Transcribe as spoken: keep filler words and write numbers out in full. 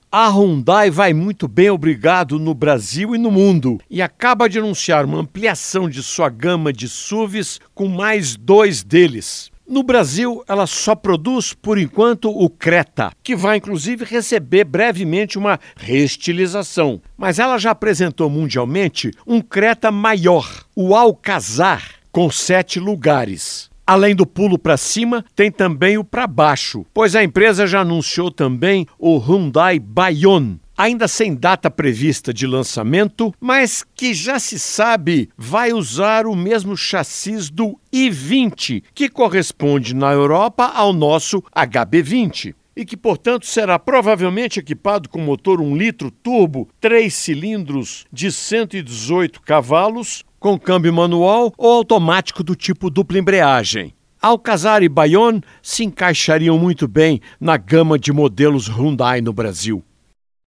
A Hyundai vai muito bem, obrigado, no Brasil e no mundo e acaba de anunciar uma ampliação de sua gama de S U Vs com mais dois deles. No Brasil, ela só produz, por enquanto, o Creta, que vai inclusive receber brevemente uma reestilização. Mas ela já apresentou mundialmente um Creta maior, o Alcazar, com sete lugares. Além do pulo para cima, tem também o para baixo, pois a empresa já anunciou também o Hyundai Bayon, ainda sem data prevista de lançamento, mas que já se sabe vai usar o mesmo chassi do i vinte, que corresponde na Europa ao nosso H B vinte. E que, portanto, será provavelmente equipado com motor um litro turbo, três cilindros de cento e dezoito cavalos, com câmbio manual ou automático do tipo dupla embreagem. Alcazar e Bayon se encaixariam muito bem na gama de modelos Hyundai no Brasil.